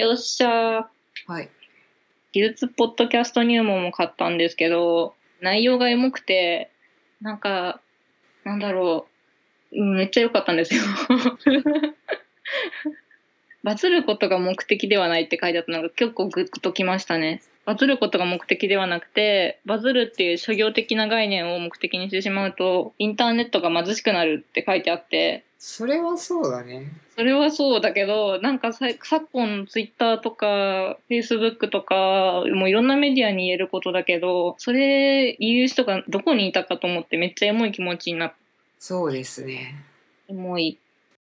よっしゃー。 はい。 技術ポッドキャスト入門も買ったんですけど、内容がエモくて、なんか、なんだろめっちゃ良かったんですよ。バズることが目的ではないって書いてあったのが結構グッときましたね。バズることが目的ではなくて、バズるっていう諸行的な概念を目的にしてしまうと、インターネットが貧しくなるって書いてあって、 それはそうだね。 それはそうだけど、なんか昨今ツイッターとか、フェイスブックとか、もういろんなメディアに言えることだけど、それ言う人がどこにいたかと思ってめっちゃエモい気持ちになって。 そうですね。 エモい。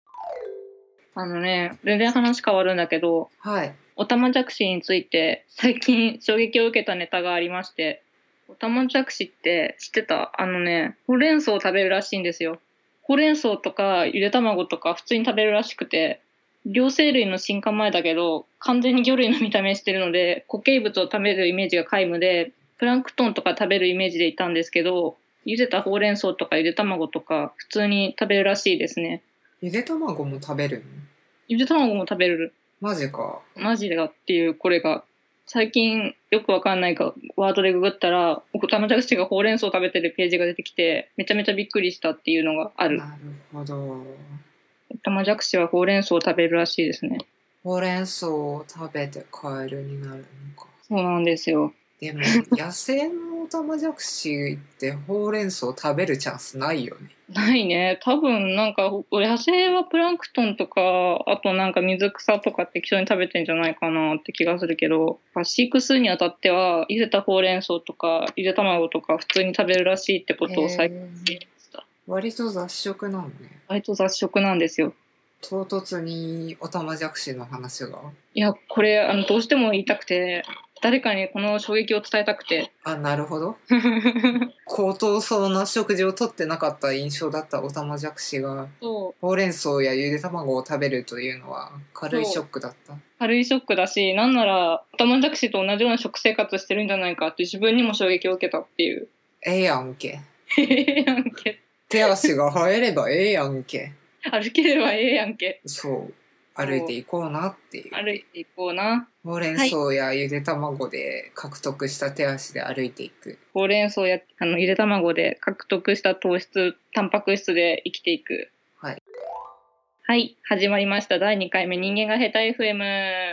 全然話変わるんだけど、 はい。 オタマジャクシについて最近衝撃を受けたネタがありまして、オタマジャクシって知ってた？ほうれん草を食べるらしいんですよ。ほうれん草とかゆで卵とか普通に食べるらしくて、両生類の進化前だけど完全に魚類の見た目してるので、固形物を食べるイメージが皆無で、プランクトンとか食べるイメージでいたんですけど、茹でたほうれん草とかゆで卵とか普通に食べるらしいですね。 ゆで卵も食べるの？ ゆで卵も食べる。 マジか。 マジだっていう、これが最近よくわかんないかワードでググったら、オタマジャクシがほうれん草を食べてるページが出てきて、めちゃめちゃびっくりしたっていうのがある。 なるほど。 オタマジャクシはほうれん草を食べるらしいですね。 ほうれん草を食べてカエルになるのか。 そうなんですよ。 でも野生のオタマジャクシってほうれん草食べるチャンスないよね。 ないね。多分なんか野生はプランクトンとか、あとなんか水草とか適当に食べてんじゃないかなって気がするけど、飼育するにあたっては茹でたほうれん草とかゆで卵とか普通に食べるらしいってことを最近知りました。 割と雑食なのね。 割と雑食なんですよ。 唐突にオタマジャクシの話が。 いや、これどうしても言いたくて、誰かにこの衝撃を伝えたくて。 あ、なるほど。高等そうな食事をとってなかった印象だったオタマジャクシが、ほうれん草やゆで卵を食べるというのは軽いショックだった。 軽いショックだし、なんならオタマジャクシと同じような食生活してるんじゃないかって自分にも衝撃を受けたっていう。 ええやんけ。 ええやんけ。 手足が生えればええやんけ。 歩ければええやんけ。 そう。歩いていこうなっていう。 歩いていこうな。 ほうれん草やゆで卵で獲得した手足で歩いていく。 ほうれん草やゆで卵で獲得した糖質、タンパク質で生きていく。 はい。 はい、始まりました第2回目人間が下手 FM。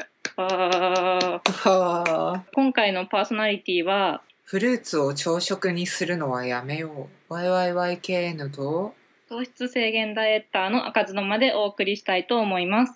今回のパーソナリティは、 フルーツを朝食にするのはやめよう。YYYKN と糖質制限ダイエッターの赤ずの間でお送りしたいと思います。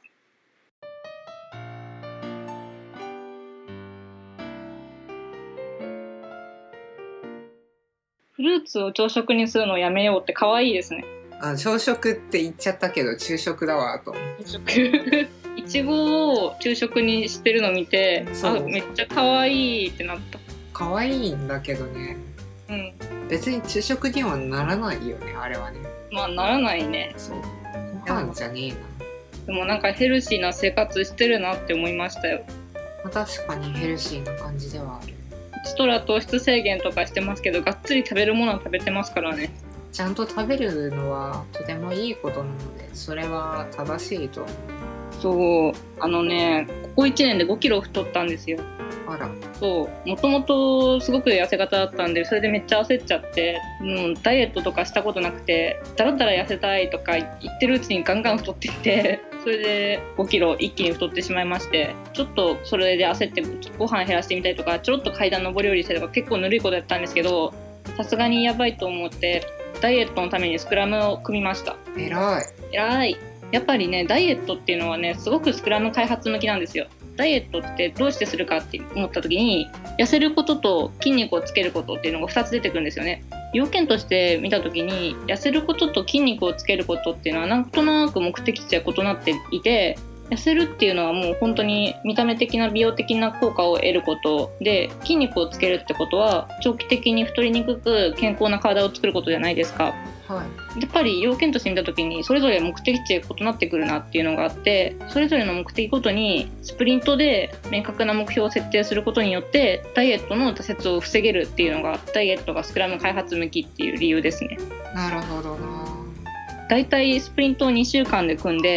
フルーツを朝食にするのをやめようって可愛いですね。 朝食って言っちゃったけど昼食だわと思う。 いちごを昼食にしてるの見て、めっちゃ可愛いってなった。 可愛いんだけどね。 うん。 別に昼食にはならないよね、あれはね。 まあならないね。 そう。ご飯じゃねえな。 でもなんかヘルシーな生活してるなって思いましたよ。 確かにヘルシーな感じではある。 チトラ糖質制限とかしてますけど、がっつり食べるものは食べてますからね。 ちゃんと食べるのはとてもいいことなので、それは正しいと思う。 そう、ここ1年で5キロ太ったんですよ。 あら。 そう、もともとすごく痩せ型だったんで、それでめっちゃ焦っちゃって、ダイエットとかしたことなくて、だらだら痩せたいとか言ってるうちにガンガン太っていって、それで5キロ一気に太ってしまいまして、ちょっとそれで焦ってご飯減らしてみたりとか、ちょろっと階段上り下りしたりとか結構ぬるいことやったんですけど、さすがにやばいと思ってダイエットのためにスクラムを組みました。 偉い。 やっぱりね、ダイエットっていうのはね、すごくスクラム開発向きなんですよ。ダイエットってどうしてするかって思った時に、痩せることと筋肉をつけることっていうのが2つ出てくるんですよね。要件として見た時に、痩せることと筋肉をつけることっていうのはなんとなく目的地は異なっていて、痩せるっていうのはもう本当に見た目的な美容的な効果を得ることで、筋肉をつけるってことは長期的に太りにくく健康な体を作ることじゃないですか。 はい、 やっぱり要件として見た時にそれぞれ目的地が異なってくるなっていうのがあって、それぞれの目的ごとにスプリントで明確な目標を設定することによってダイエットの挫折を防げるっていうのが、ダイエットがスクラム開発向きっていう理由ですね。 なるほどな。 だいたいスプリントを2週間で組んで、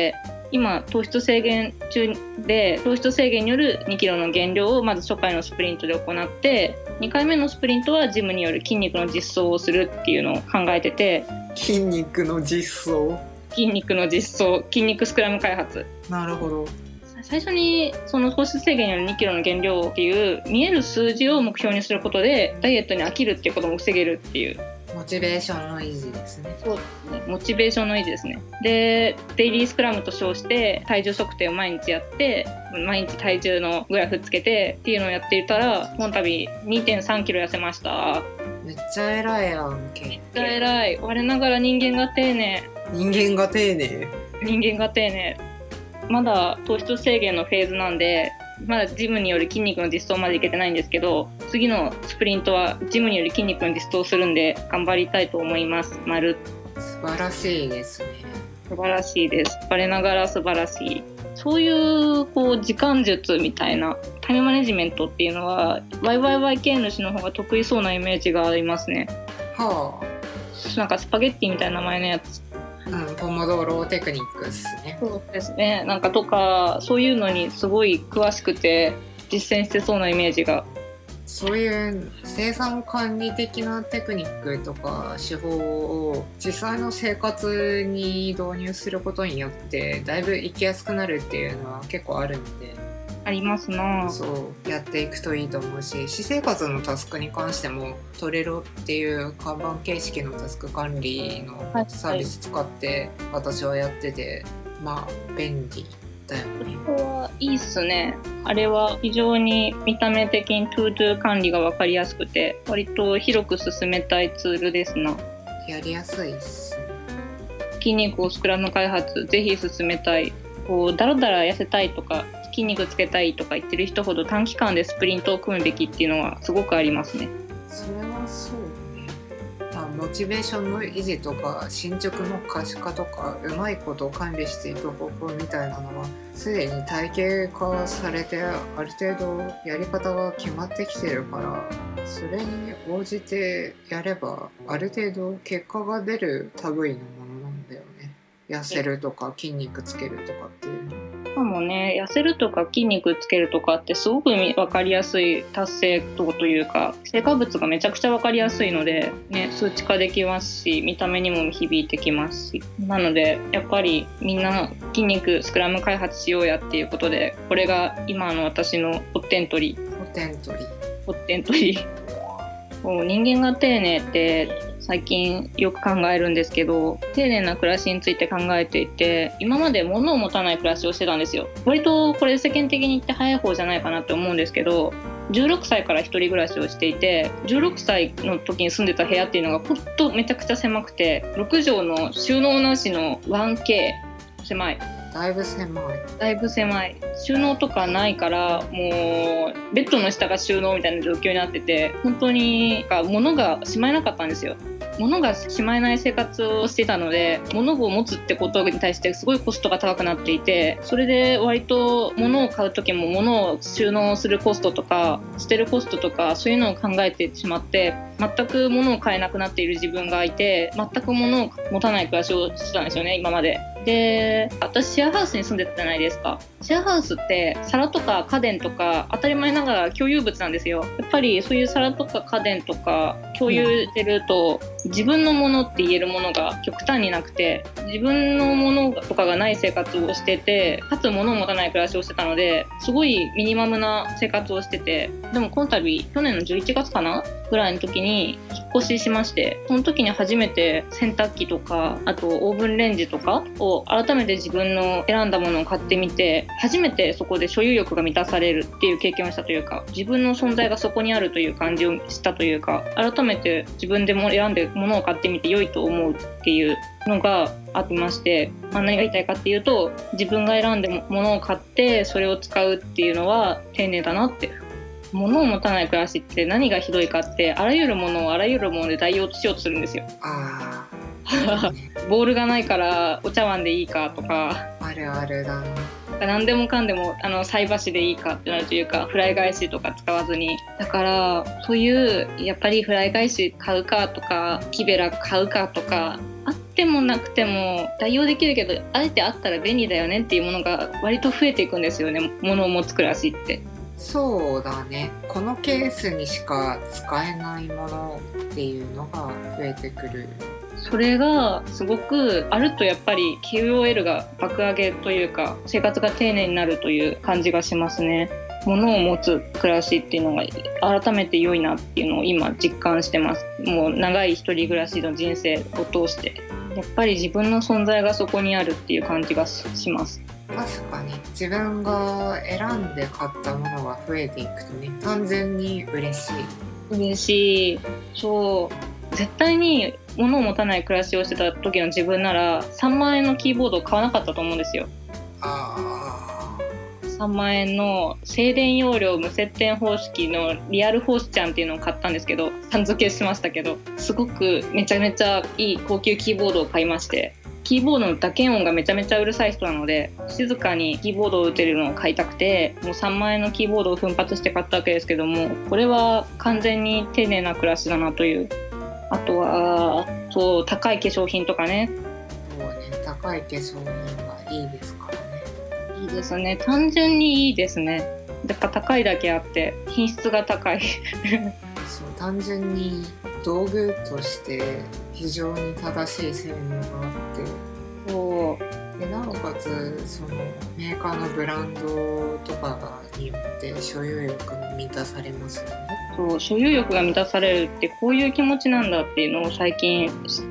今糖質制限中で、糖質制限による2キロの減量をまず初回のスプリントで行って、2回目のスプリントはジムによる筋肉の実装をするっていうのを考えてて。 筋肉の実装、 筋肉スクラム開発。 なるほど。 最初にその糖質制限による2キロの減量っていう見える数字を目標にすることでダイエットに飽きるっていうことも防げるっていう。 モチベーションの維持ですね。 そうですね、モチベーションの維持ですね。で、デイリースクラムと称して体重測定を毎日やって、毎日体重のグラフつけてっていうのをやっていたら、この度 2.3 キロ痩せました。 めっちゃ偉いやんけ。 めっちゃ偉い。我ながら人間が丁寧。まだ糖質制限のフェーズなんで、まだジムによる筋肉の実装までいけてないんですけど、次のスプリントはジムによる筋肉の実装をするんで頑張りたいと思います。 素晴らしいですね。 素晴らしいです。我ながら素晴らしい。そういう時間術みたいなタイムマネジメントっていうのは YYYK 主の方が得意そうなイメージがありますね。 はあ。なんかスパゲッティみたいな名前のやつ。 ポモドーロテクニックですね。 そうですね。なんかとかそういうのにすごい詳しくて実践してそうなイメージが。 そういう生産管理的なテクニックとか手法を実際の生活に導入することによってだいぶ生きやすくなるっていうのは結構あるので。 ありますな。 そうやっていくといいと思うし、私生活のタスクに関してもトレロっていう看板形式のタスク管理のサービス使って私はやってて、まあ便利だよね。 これはいいっすね。あれは非常に見た目的にトゥードゥ管理が分かりやすくて割と広く進めたいツールですな。 やりやすいっす。 筋肉をスクラム開発ぜひ進めたい。だらだら痩せたいとか筋肉つけたいとか言ってる人ほど短期間でスプリントを組むべきっていうのはすごくありますね。 それはそうね。モチベーションの維持とか進捗の可視化とかうまいことを管理していく方法みたいなのはすでに体系化されてある程度やり方が決まってきてるから、それに応じてやればある程度結果が出る類のものなんだよね。痩せるとか筋肉つけるとかっていうの。 しかもね、痩せるとか筋肉つけるとかってすごく分かりやすい達成度というか成果物がめちゃくちゃ分かりやすいので、ね、数値化できますし見た目にも響いてきますし、なのでやっぱりみんな筋肉スクラム開発しようやっていうことで、これが今の私のポッテントリもう人間が丁寧って最近よく考えるんですけど、丁寧な暮らしについて考えていて、今まで物を持たない暮らしをしてたんですよ。割とこれ世間的に言って早い方じゃないかなって思うんですけど、16歳から一人暮らしをしていて、16歳の時に住んでた部屋っていうのがほんとめちゃくちゃ狭くて、6畳の収納なしの 1K、 狭い。 だいぶ狭い。収納とかないからもうベッドの下が収納みたいな状況になってて、本当に物がしまえなかったんですよ。物がしまえない生活をしてたので、物を持つってことに対してすごいコストが高くなっていて、それで割と物を買う時も物を収納するコストとか捨てるコストとかそういうのを考えてしまって、全く物を買えなくなっている自分がいて、全く物を持たない暮らしをしてたんですよね、今まで。で、私シェアハウスに住んでたじゃないですか。シェアハウスって皿とか家電とか当たり前ながら共有物なんですよ。やっぱりそういう皿とか家電とか共有してると、自分のものって言えるものが極端になくて、自分のものとかがない生活をしてて、かつ物を持たない暮らしをしてたので、すごいミニマムな生活をしてて、でもこの度去年の11月かなぐらいの時に引っ越ししまして、その時に初めて洗濯機とかあとオーブンレンジとかを改めて自分の選んだものを買ってみて、初めてそこで所有欲が満たされるっていう経験をしたというか、自分の存在がそこにあるという感じをしたというか、改めて自分でも選んで物を買ってみて良いと思うっていうのがありまして、何が言いたいかっていうと、自分が選んで物を買ってそれを使うっていうのは丁寧だなって。物を持たない暮らしって何がひどいかって、あらゆるものをあらゆるもので代用しようとするんですよ。ボールがないからお茶碗でいいかとか、 あるあるだな。 何でもかんでも菜箸でいいかってなるというか、フライ返しとか使わずに、だからそういうやっぱりフライ返し買うかとか木べら買うかとかあっててもなくても代用できるけど、あえてあったら便利だよねっていうものが割と増えていくんですよね、物を持つ暮らしって。 そうだね。このケースにしか使えないものっていうのが増えてくる。 それがすごくあるとやっぱり QOL が爆上げというか、生活が丁寧になるという感じがしますね。物を持つ暮らしっていうのが改めて良いなっていうのを今実感してます。もう長い一人暮らしの人生を通してやっぱり自分の存在がそこにあるっていう感じがします。 確かに自分が選んで買ったものが増えていくとね、単純に嬉しい。 嬉しい。そう絶対に物を持たない暮らしをしてた時の自分なら3万円のキーボードを買わなかったと思うんですよ。3万円の静電容量無接点方式のリアルフォースちゃんっていうのを買ったんですけど、さん付けしましたけど、すごくめちゃめちゃいい高級キーボードを買いまして、キーボードの打鍵音がめちゃめちゃうるさい人なので、静かにキーボードを打てるのを買いたくて、もう3万円のキーボードを奮発して買ったわけですけども、これは完全に丁寧な暮らしだなという。あとはそう高い化粧品とかね。 そうね、高い化粧品がいいですからね。 いいですね。単純にいいですね。やっぱ高いだけあって品質が高いそう、単純に道具として非常に正しい性能があって、 そうでなおかつそのメーカーのブランドとかによって所有欲も満たされますよね。 そう、所有欲が満たされるってこういう気持ちなんだっていうのを最近知って、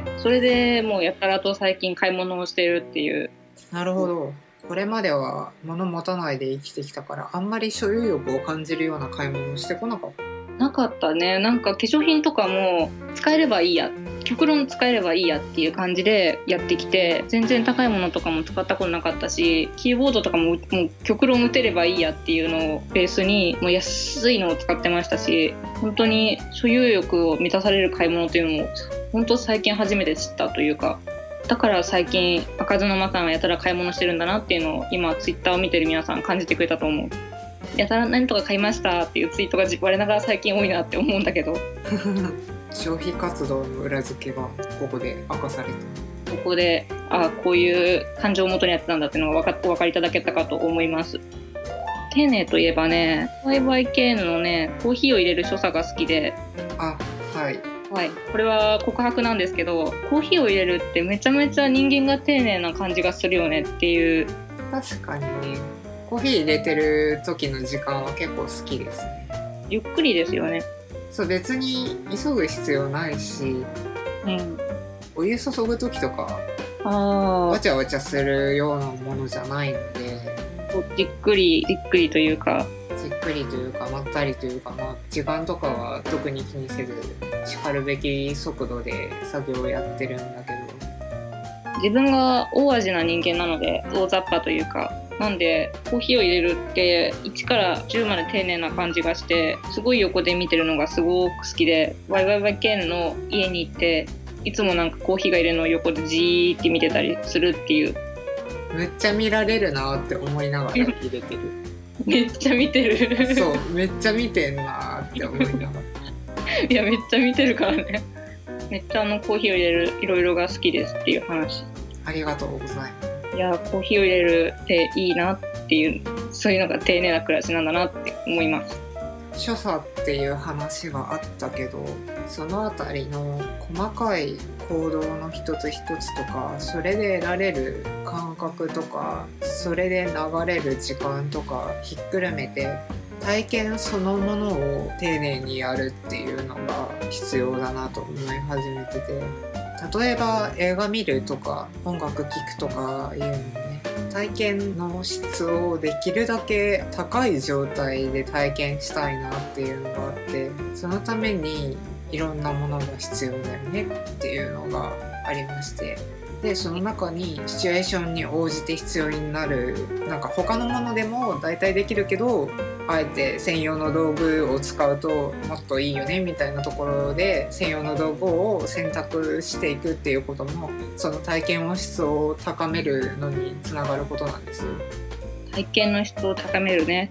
それでもうやたらと最近買い物をしているっていう。 なるほど。これまでは物持たないで生きてきたから、あんまり所有欲を感じるような買い物をしてこなかった。 なかったね。なんか化粧品とかも使えればいいや、極論使えればいいやっていう感じでやってきて、全然高いものとかも使ったことなかったし、キーボードとかもう極論打てればいいやっていうのをベースにもう安いのを使ってましたし、本当に所有欲を満たされる買い物っていうのも本当最近初めて知ったというか、だから最近開かずの間さんはやたら買い物してるんだなっていうのを今ツイッターを見てる皆さん感じてくれたと思う。やたら何とか買いましたっていうツイートが我ながら最近多いなって思うんだけど消費活動の裏付けがここで明かされた。 ここでこういう感情を元にやってたんだっていうのがお分かりいただけたかと思います。丁寧といえばね、YYK のねコーヒーを入れる所作が好きで、はい、これは告白なんですけど、コーヒーを入れるってめちゃめちゃ人間が丁寧な感じがするよねっていう。 確かにね、コーヒー入れてる時の時間は結構好きですね。 ゆっくりですよね。 そう、別に急ぐ必要ないし、お湯注ぐ時とかわちゃわちゃするようなものじゃないので、 じっくりというかまったりというか、時間とかは特に気にせずしかるべき速度で作業をやってるんだけど、 自分が大味な人間なので大雑把というか、なんでコーヒーを入れるって1から10まで丁寧な感じがして、すごい横で見てるのがすごく好きで、YYYK の家に行っていつもなんかコーヒーが入れるのを横でじーって見てたりするっていう。 めっちゃ見られるなって思いながら入れてるめっちゃ見てるそう、めっちゃ見てんなって思いながらいやめっちゃ見てるからね。めっちゃコーヒーを入れるいろいろが好きですっていう話。 ありがとうございます。 いやコーヒーを入れるっていいなっていう、そういうのが丁寧な暮らしなんだなって思います。 所作っていう話があったけど、そのあたりの細かい行動の一つ一つとか、それで得られる感覚とか、それで流れる時間とかひっくるめて、体験そのものを丁寧にやるっていうのが必要だなと思い始めてて、例えば映画見るとか音楽聴くとかいうのね、体験の質をできるだけ高い状態で体験したいなっていうのがあって、そのためにいろんなものが必要だよねっていうのがありまして、でその中にシチュエーションに応じて必要になる、なんか他のものでも大体できるけど、あえて専用の道具を使うともっといいよねみたいなところで専用の道具を選択していくっていうことも、その体験の質を高めるのにつながることなんですよ。 体験の質を高めるね。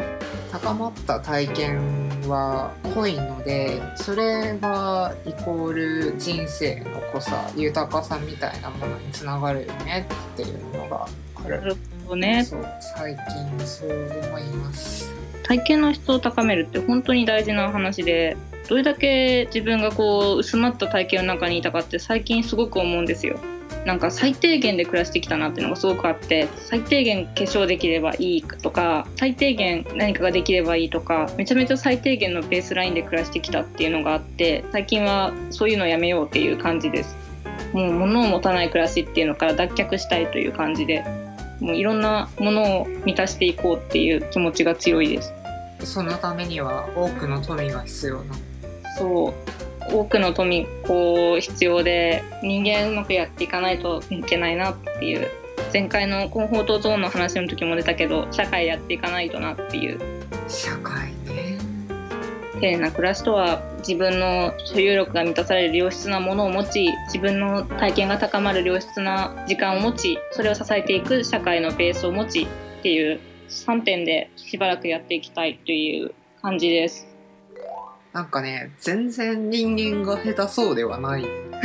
高まった体験は濃いので、それがイコール人生の濃さ、豊かさみたいなものにつながるよねっていうのがある。 なるほどね。 そう、最近そう思います。 体験の質を高めるって本当に大事な話で、どれだけ自分がこう薄まった体験の中にいたかって最近すごく思うんですよ。なんか最低限で暮らしてきたなっていうのがすごくあって、最低限化粧できればいいとか、最低限何かができればいいとか、めちゃめちゃ最低限のベースラインで暮らしてきたっていうのがあって、最近はそういうのをやめようっていう感じです。もう物を持たない暮らしっていうのから脱却したいという感じで、もういろんなものを満たしていこうっていう気持ちが強いです。 そのためには多くの富が必要な。 そう、多くの富こう必要で、人間うまくやっていかないといけないなっていう、前回のコンフォートゾーンの話の時も出たけど、社会やっていかないとなっていう。 社会ね。 丁寧な暮らしとは、自分の所有力が満たされる良質なものを持ち、自分の体験が高まる良質な時間を持ち、それを支えていく社会のベースを持ちっていう3点でしばらくやっていきたいという感じです。 なんかね、全然人間が下手そうではない。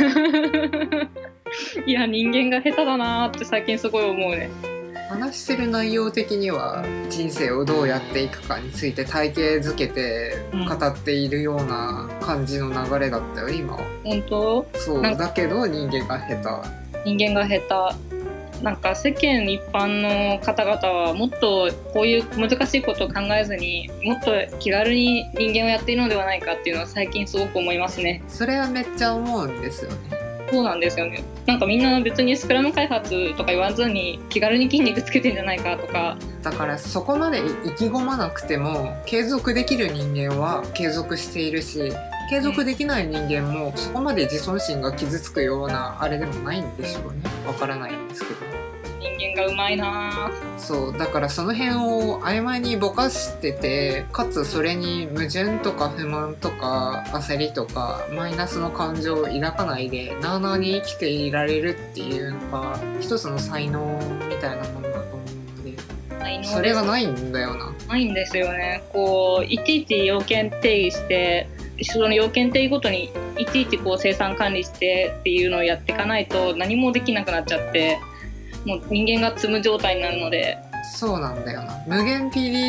いや、人間が下手だなって最近すごい思うね。 話してる内容的には人生をどうやっていくかについて体系づけて語っているような感じの流れだったよ、今は。 本当？ そうだけど人間が下手。人間が下手。なんか世間一般の方々はもっとこういう難しいことを考えずに、もっと気軽に人間をやっているのではないかっていうのは最近すごく思いますね。 それはめっちゃ思うんですよね。 そうなんですよね。なんかみんな別にスクラム開発とか言わずに気軽に筋肉つけてんじゃないかとか。 だからそこまで意気込まなくても継続できる人間は継続しているし、継続できない人間もそこまで自尊心が傷つくようなあれでもないんでしょうね。わからないんですけど。 人間がうまいな。 そうだからその辺を曖昧にぼかしてて、かつそれに矛盾とか不満とか焦りとかマイナスの感情を抱かないでなあなあに生きていられるっていうのが一つの才能みたいなものだと思うので、それがないんだよな。 ないんですよね。こういちいち要件定義して、その要件定義ごとにいちいちこう生産管理してっていうのをやっていかないと何もできなくなっちゃって、もう人間が積む状態になるので。 そうなんだよな。無限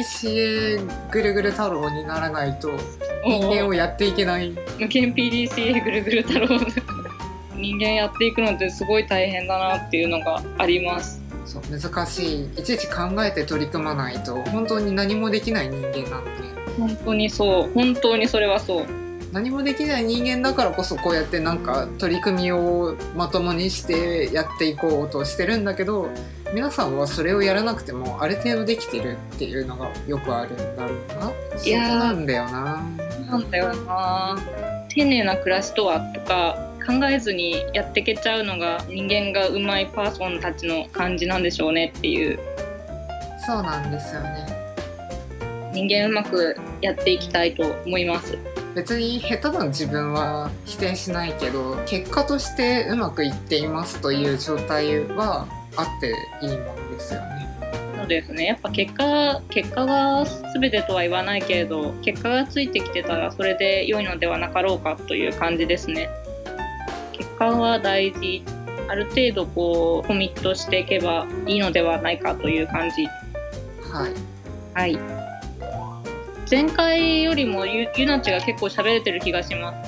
PDCA ぐるぐる太郎にならないと人間をやっていけない。 無限 PDCA ぐるぐる太郎人間やっていくのってすごい大変だなっていうのがあります。 そう、難しい。いちいち考えて取り組まないと本当に何もできない人間なので。 本当にそう、本当にそれはそう。 何もできない人間だからこそこうやってなんか取り組みをまともにしてやっていこうとしてるんだけど、皆さんはそれをやらなくてもある程度できてるっていうのがよくあるんだろうな。そこなんだよな。 なんだよな。丁寧な暮らしとはとか考えずにやっていけちゃうのが人間がうまいパーソンたちの感じなんでしょうねっていう。 そうなんですよね。 人間うまくやっていきたいと思います。 別に下手な自分は否定しないけど、結果としてうまくいっていますという状態はあっていいものですよね。 そうですね。やっぱ結果が全てとは言わないけれど、結果がついてきてたらそれで良いのではなかろうかという感じですね。結果は大事。ある程度こうコミットしていけばいいのではないかという感じ。 はい。 はい。前回よりもゆなちが結構喋れてる気がします。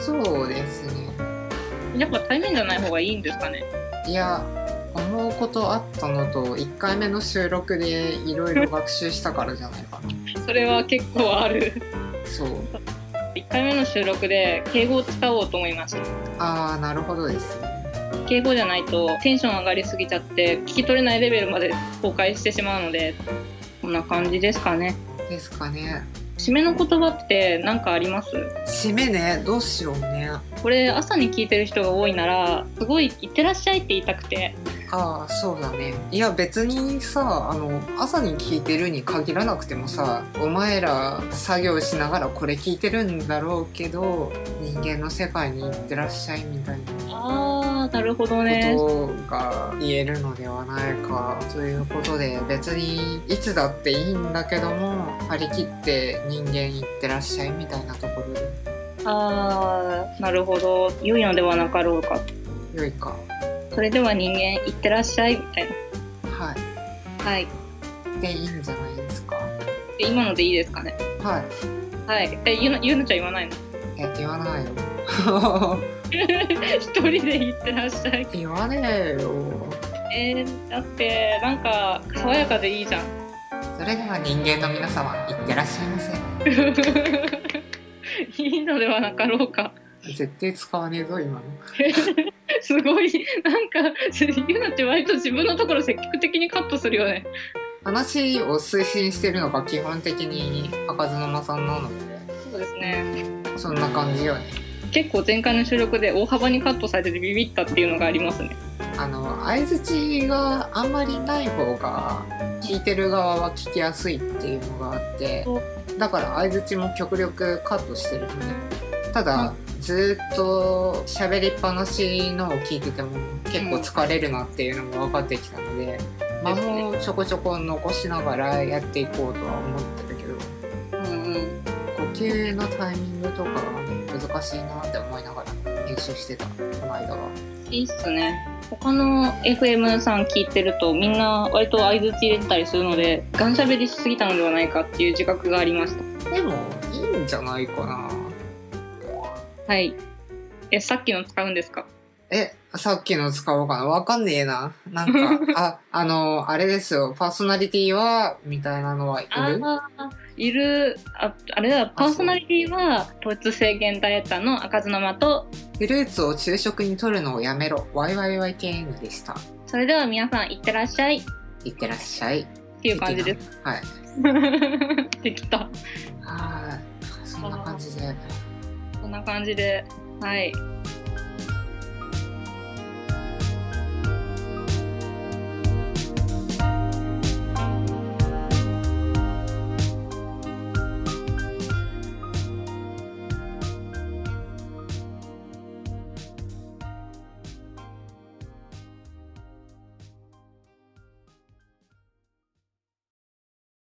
そうですね。 やっぱ対面じゃない方がいいんですかね。 いや、思うことあったのと1回目の収録でいろいろ学習したからじゃないかな。 それは結構ある。 そう。 1回目の収録で敬語を使おうと思いました。 ああ、なるほどですね。 敬語じゃないとテンション上がりすぎちゃって聞き取れないレベルまで崩壊してしまうので、こんな感じですかね。 ですかね。 締めの言葉って何かあります？ 締めね、どうしようね。 これ朝に聞いてる人が多いならすごいいってらっしゃいって言いたくて。 ああ、そうだね。いや別にさ、朝に聞いてるに限らなくてもさ、お前ら作業しながらこれ聞いてるんだろうけど、人間の世界に行ってらっしゃいみたいな。 ああー、なるほどね。 ことが言えるのではないかということで、別にいつだっていいんだけども、張り切って人間いってらっしゃいみたいなところであー、なるほど。良いのではなかろうか。 良いか。 それでは人間いってらっしゃいみたいはい。 な。はい。 でいいんじゃないですか。 で今のでいいですかね。 はい。 はい。ゆなちゃん言わないの？ 言わないよ。 一人でいってらっしゃい。 言わねえよ。 だってなんか爽やかでいいじゃん。 それでは人間の皆様、いってらっしゃいませ。 いいのではなかろうか。 絶対使わねえぞ今の。 すごいなんかゆなちゃん割と自分のところ積極的にカットするよね。 話を推進してるのが基本的に開かずの間さんなので、 そうですね。 そんな感じよね。 結構前回の収録で大幅にカットされててビビったっていうのがありますね。 相づちがあんまりない方が聞いてる側は聞きやすいっていうのがあって、だから相づちも極力カットしてるのね。ただ、ずっと喋りっぱなしのを聞いてても結構疲れるなっていうのも分かってきたので、間もちょこちょこ残しながらやっていこうとは思ってたけど、呼吸のタイミングとかがね、難しいなって思いながら編集してた、この間は。 いいっすね。他の FM さん聞いてるとみんな割と相づち入れてたりするので、ガンしゃべりしすぎたのではないかっていう自覚がありました。 でもいいんじゃないかな。 はい。さっきの使うんですか？ さっきの使おうかな。わかんねえな。なんか、あれですよ。パーソナリティは、みたいなのはいる？ いる。あれだ、パーソナリティは、糖質制限ダイエッターの開かずの間と、 フルーツを昼食に取るのをやめろ。YYYKN でした。 それでは皆さん、いってらっしゃい。 いってらっしゃい。 っていう感じです。 はい。 できた。 はい。そんな感じで。 そんな感じで、はい。